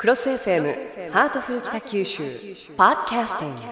クロス FM ハートフル北九州パーキャスティング。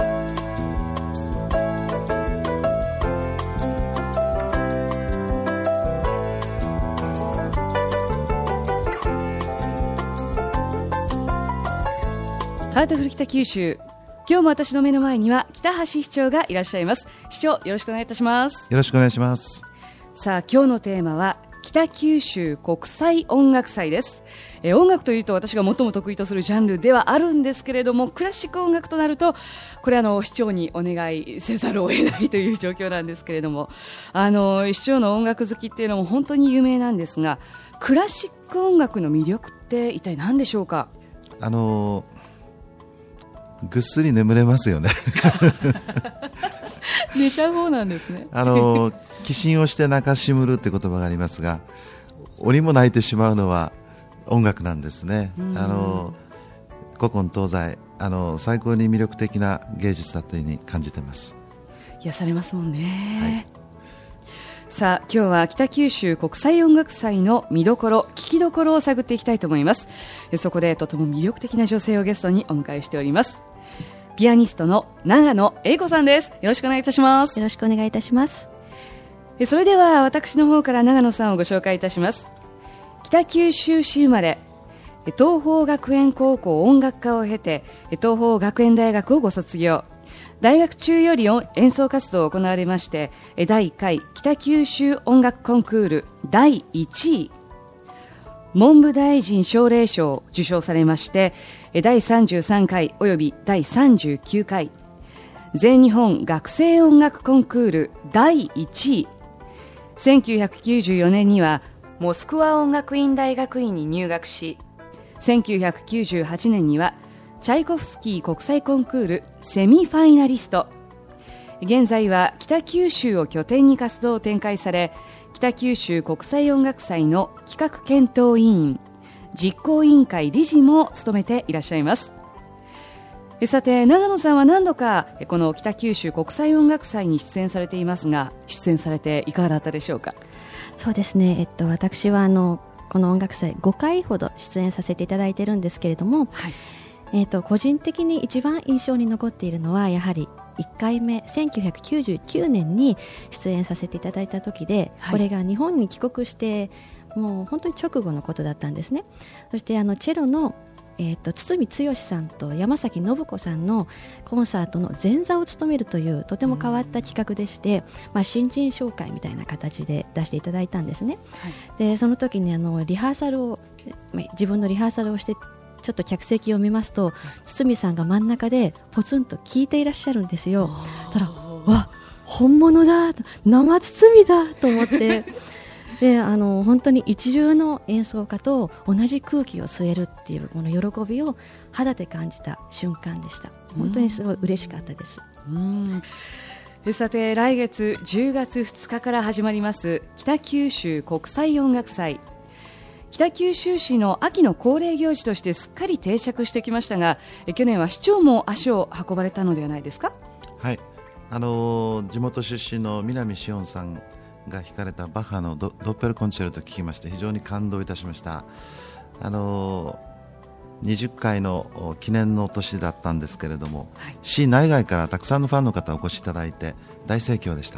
ハートフル北九州、今日も私の目の前には北橋市長がいらっしゃいます。市長、よろしくお願いいたします。 よろしくお願いします。 さあ、今日のテーマは北九州国際音楽祭です。音楽というと私が最も得意とするジャンルではあるんですけれども、クラシック音楽となるとこれ市長にお願いせざるを得ないという状況なんですけれども、市長の音楽好きっていうのも本当に有名なんですが、クラシック音楽の魅力って一体何でしょうか？ ぐっすり眠れますよね寝ちゃう方なんですね。 寄進をして泣かしむるという言葉がありますが、鬼も泣いてしまうのは音楽なんですね。古今東西最高に魅力的な芸術だというふうに感じています。 癒されますもんね、 はい。 さあ、今日は北九州国際音楽祭の見どころ、聞きどころを探っていきたいと思います。そこでとても魅力的な女性をゲストにお迎えしております。ピアニストの長野英子さんです。よろしくお願いいたします。 よろしくお願いいたします。 それでは私の方から長野さんをご紹介いたします。北九州市生まれ、東邦学園高校音楽科を経て東邦学園大学をご卒業。大学中より演奏活動を行われまして、第1回北九州音楽コンクール第1位、文部大臣奨励賞を受賞されまして、第33回および第39回全日本学生音楽コンクール第1位、1994年にはモスクワ音楽院大学院に入学し、1998年にはチャイコフスキー国際コンクールセミファイナリスト。現在は北九州を拠点に活動を展開され、北九州国際音楽祭の企画検討委員、実行委員会理事も務めていらっしゃいます。さて、長野さんは何度かこの北九州国際音楽祭に出演されていますが、出演されていかがだったでしょうか？ そうですね、私はこの音楽祭5回ほど出演させていただいているんですけれども、個人的に一番印象に残っているのはやはり1回目1999年に出演させていただいた時で、これが日本に帰国してもう本当に直後のことだったんですね。そしてチェロの堤剛さんと山崎信子さんのコンサートの前座を務めるというとても変わった企画でして、新人紹介みたいな形で出していただいたんですね、でその時にリハーサルを自分のリハーサルをしてちょっと客席を見ますと、堤さんが真ん中でポツンと聴いていらっしゃるんですよ。たら、わ、本物だ、生堤だと思ってで本当に一流の演奏家と同じ空気を吸えるっていうこの喜びを肌で感じた瞬間でした。本当にすごい嬉しかったです。 さて、来月10月2日から始まります北九州国際音楽祭。北九州市の秋の恒例行事としてすっかり定着してきましたが、去年は市長も足を運ばれたのではないですか？ はい、地元出身の南紫音さんが弾かれたバッハのドッペルコンチェルトを聴きまして、非常に感動いたしました。20回の記念の年だったんですけれども、市内外からたくさんのファンの方お越しいただいて大盛況でした。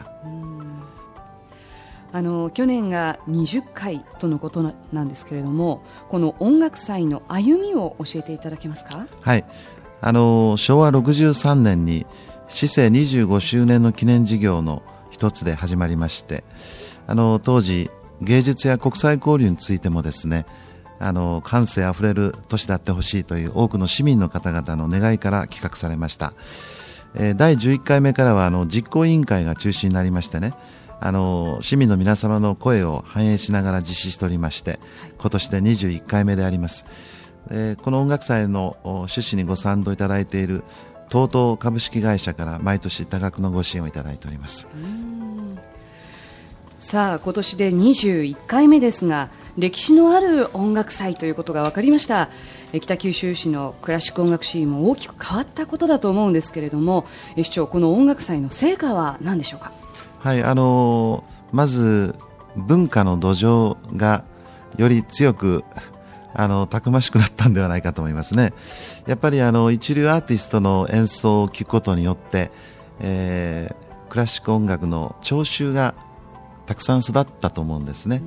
去年が20回とのことなんですけれども、この音楽祭の歩みを教えていただけますか？ はい、昭和63年に市政25周年の記念事業の一つで始まりまして、当時芸術や国際交流についてもですね、感性あふれる年であってほしいという多くの市民の方々の願いから企画されました。第11回目からは実行委員会が中心になりましてね、市民の皆様の声を反映しながら実施しておりまして、今年で21回目であります。この音楽祭の趣旨にご賛同いただいているTOTO株式会社から毎年多額のご支援をいただいております。 さあ、今年で21回目ですが、歴史のある音楽祭ということが分かりました。北九州市のクラシック音楽シーンも大きく変わったことだと思うんですけれども、市長、この音楽祭の成果は何でしょうか？ はい、まず文化の土壌がより強くたくましくなったんではないかと思いますね。やっぱり一流アーティストの演奏を聴くことによって、クラシック音楽の聴衆がたくさん育ったと思うんですね。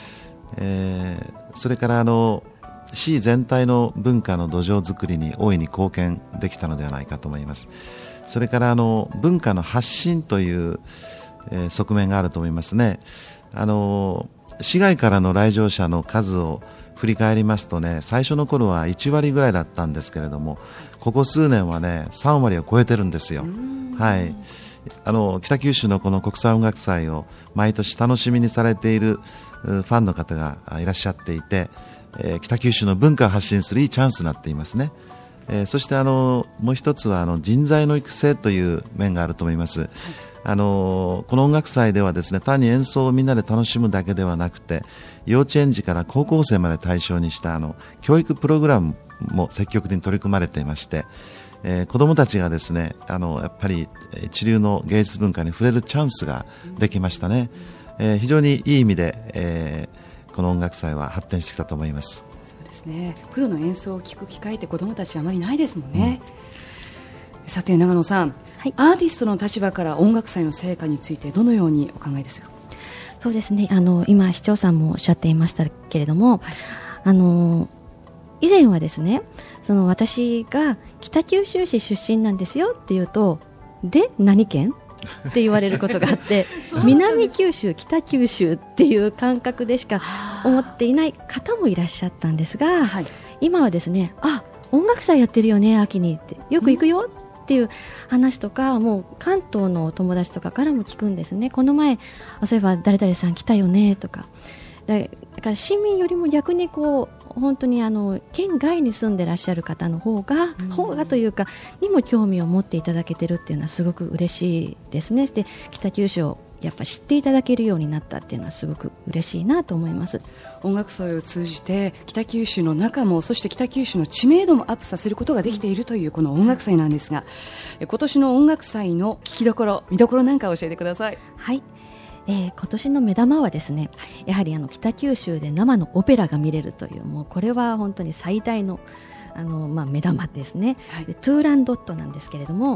それから市全体の文化の土壌作りに大いに貢献できたのではないかと思います。それから文化の発信という、側面があると思いますね。市外からの来場者の数を振り返りますとね、最初の頃は1割ぐらいだったんですけれども、ここ数年はね3割を超えてるんですよ。はい、北九州のこの国際音楽祭を毎年楽しみにされているファンの方がいらっしゃっていて、北九州の文化を発信するいいチャンスになっていますね。そしてもう一つは人材の育成という面があると思います。この音楽祭ではですね、単に演奏をみんなで楽しむだけではなくて、幼稚園児から高校生まで対象にした教育プログラムも積極的に取り組まれていまして、子どもたちがですねやっぱり一流の芸術文化に触れるチャンスができましたね。非常にいい意味で、この音楽祭は発展してきたと思います。 そうですね、プロの演奏を聴く機会って子どもたちあまりないですもんね。さて長野さん、はい、アーティストの立場から音楽祭の成果についてどのようにお考えですか？ そうですね、今市長さんもおっしゃっていましたけれども、はい、以前はですね、私が北九州市出身なんですよって言うと、で何県って言われることがあって南九州北九州っていう感覚でしか思っていない方もいらっしゃったんですが、はい、今はですね、音楽祭やってるよね秋にって、よく行くよっていう話とか、もう関東の友達とかからも聞くんですね。この前そういえば誰々さん来たよねとか。だから市民よりも逆に本当に県外に住んでらっしゃる方の方がというかにも興味を持っていただけてるっていうのはすごく嬉しいですね。で、北九州をやっぱ知っていただけるようになったっていうのはすごく嬉しいなと思います。 音楽祭を通じて北九州の中も、そして北九州の知名度もアップさせることができているというこの音楽祭なんですが、今年の音楽祭の聞きどころ見どころなんか教えてください。 はい、今年の目玉はですね、やはり北九州で生のオペラが見れるという、もうこれは本当に最大の、目玉ですね。でトゥーランドットなんですけれども、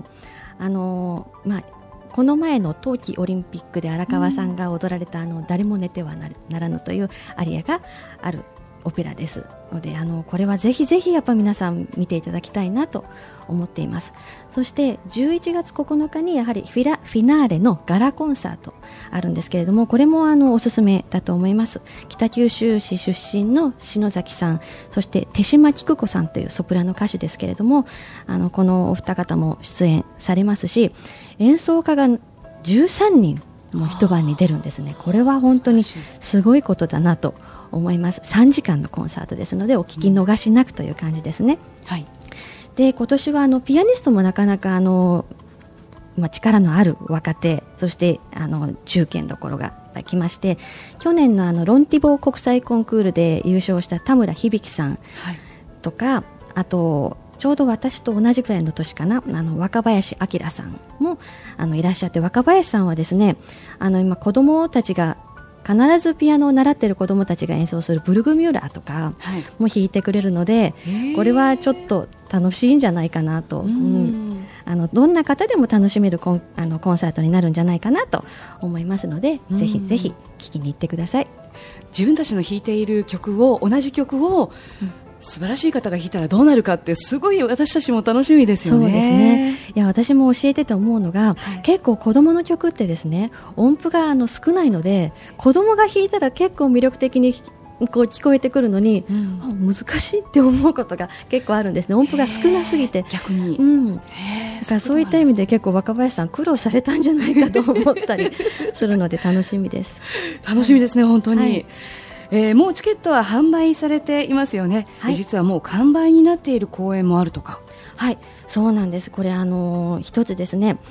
この前の冬季オリンピックで荒川さんが踊られた誰も寝てはならぬというアリアがあるオペラですので、これはぜひぜひやっぱ皆さん見ていただきたいなと思っています。そして11月9日にやはりフィナーレのガラコンサートあるんですけれども、これもおすすめだと思います。北九州市出身の篠崎さん、そして手島菊子さんというソプラノ歌手ですけれども、このお二方も出演されますし、演奏家が13人も一晩に出るんですね。これは本当にすごいことだなと思います。3時間のコンサートですのでお聞き逃しなくという感じですね。はい、で今年はピアニストもなかなか力のある若手、そして中堅どころが来まして、去年のロンティボー国際コンクールで優勝した田村響さんとか、はい、あとちょうど私と同じくらいの年かな、若林明さんもいらっしゃって、若林さんはですね、今子供たちが必ずピアノを習っている子どもたちが演奏するブルグミューラーとかも弾いてくれるので、これはちょっと楽しいんじゃないかなと、どんな方でも楽しめるコンサートになるんじゃないかなと思いますので、ぜひぜひ聴きに行ってください。 自分たちの弾いている曲を、同じ曲を、素晴らしい方が弾いたらどうなるかってすごい私たちも楽しみですよね。 そうですね。いや、私も教えてて思うのが、結構子供の曲ってですね、音符が少ないので、子供が弾いたら結構魅力的に聞こえてくるのに、難しいって思うことが結構あるんですね。音符が少なすぎて。 逆に。 だからそういった意味で結構若林さん苦労されたんじゃないかと思ったりするので楽しみです。 楽しみですね、本当に。もうチケットは販売されていますよね。実はもう完売になっている公演もあるとか。 はい、そうなんです。これ一つですね、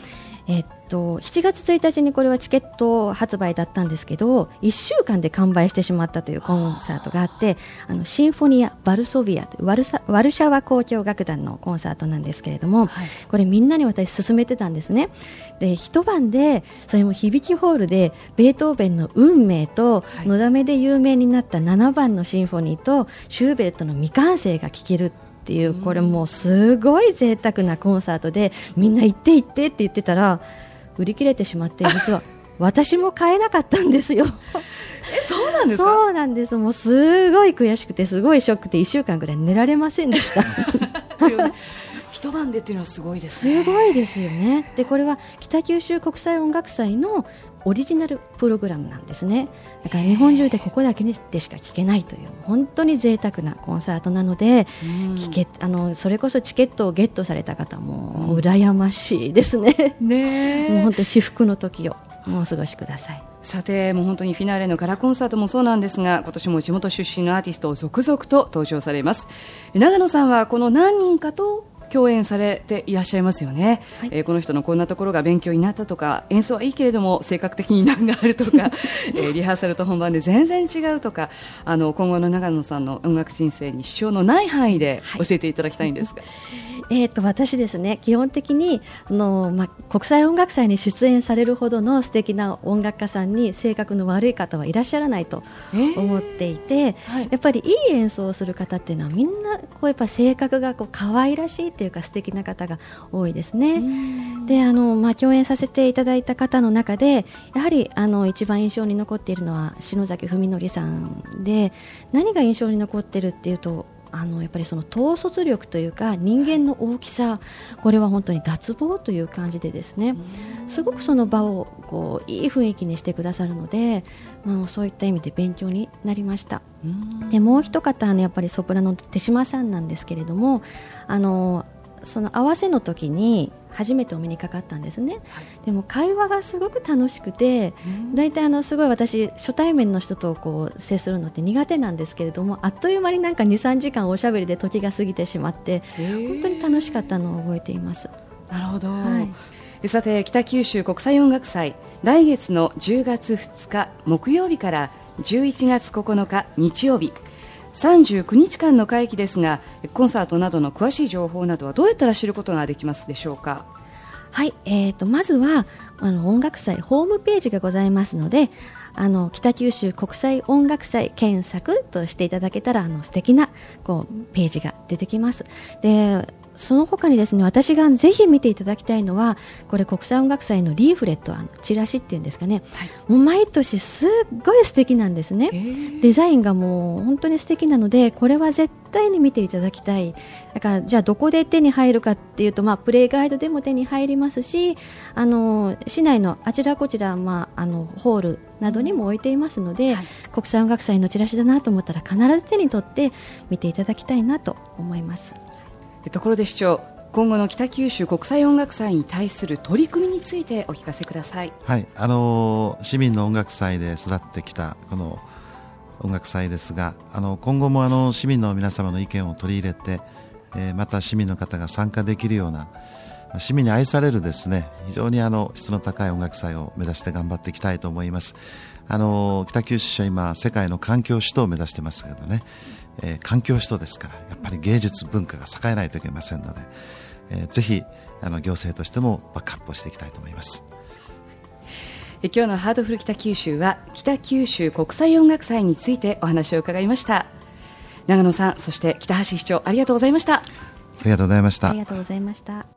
7月1日にこれはチケット発売だったんですけど、1週間で完売してしまったというコンサートがあって、シンフォニア・バルソビアというワルシャワ交響楽団のコンサートなんですけれども、これみんなに私勧めてたんですね。で一晩でそれも響きホールでベートーベンの運命と、のだめで有名になった7番のシンフォニーとシューベルトの未完成が聴けるっていう、これもうすごい贅沢なコンサートで、みんな行って行ってって言ってたら売り切れてしまって、実は私も買えなかったんですよ。 そうなんですか？ そうなんです。もうすごい悔しくて、すごいショックで1週間ぐらい寝られませんでした。 一晩でっていうのはすごいですね。 すごいですよね。でこれは北九州国際音楽祭のオリジナルプログラムなんですね。だから日本中でここだけでしか聴けないという本当に贅沢なコンサートなので、それこそチケットをゲットされた方も羨ましいですね。もう本当に至福の時をもうお過ごしください。 さて、もう本当にフィナーレのガラコンサートもそうなんですが、今年も地元出身のアーティストを続々と登場されます。長野さんはこの何人かと共演されていらっしゃいますよね。この人のこんなところが勉強になったとか、演奏はいいけれども性格的に難があるとか、リハーサルと本番で全然違うとか、今後の長野さんの音楽人生に支障のない範囲で教えていただきたいんですが。 私ですね、基本的に国際音楽祭に出演されるほどの素敵な音楽家さんに性格の悪い方はいらっしゃらないと思っていて、やっぱりいい演奏をする方っていうのはみんなやっぱ性格が可愛らしいっていうか素敵な方が多いですね。で共演させていただいた方の中でやはり一番印象に残っているのは篠崎文則さんで、何が印象に残っているっていうと、やっぱりその統率力というか人間の大きさ、これは本当に脱帽という感じでですね、すごくその場をいい雰囲気にしてくださるので、そういった意味で勉強になりました。でもう一方やっぱりソプラノの手島さんなんですけれども、その合わせの時に初めてお目にかかったんですね。でも会話がすごく楽しくて、だいたいすごい私初対面の人と接するのって苦手なんですけれども、あっという間に2、3時間おしゃべりで時が過ぎてしまって、本当に楽しかったのを覚えています。 なるほど、さて北九州国際音楽祭、来月の10月2日木曜日から11月9日日曜日、39日間の会期ですが、コンサートなどの詳しい情報などはどうやったら知ることができますでしょうか？ まずは音楽祭ホームページがございますので、北九州国際音楽祭検索としていただけたら素敵なページが出てきます。でその他にですね、私がぜひ見ていただきたいのは、これ国際音楽祭のリーフレット、チラシっていうんですかね、もう毎年すっごい素敵なんですね。デザインがもう本当に素敵なので、これは絶対に見ていただきたい。だからじゃあどこで手に入るかっていうと、プレイガイドでも手に入りますし、市内のあちらこちら、ホールなどにも置いていますので、国際音楽祭のチラシだなと思ったら必ず手に取って見ていただきたいなと思います。 ところで市長、今後の北九州国際音楽祭に対する取り組みについてお聞かせください。 市民の音楽祭で育ってきたこの音楽祭ですが、今後も市民の皆様の意見を取り入れて、また市民の方が参加できるような市民に愛されるですね、非常に質の高い音楽祭を目指して頑張っていきたいと思います。北九州市は今世界の環境首都を目指してますけどね、環境首都ですから、やっぱり芸術文化が栄えないといけませんので、ぜひ行政としてもバックアップをしていきたいと思います。 今日のハートフル北九州は北九州国際音楽祭についてお話を伺いました。長野さん、そして北橋市長、ありがとうございました。 ありがとうございました。 ありがとうございました。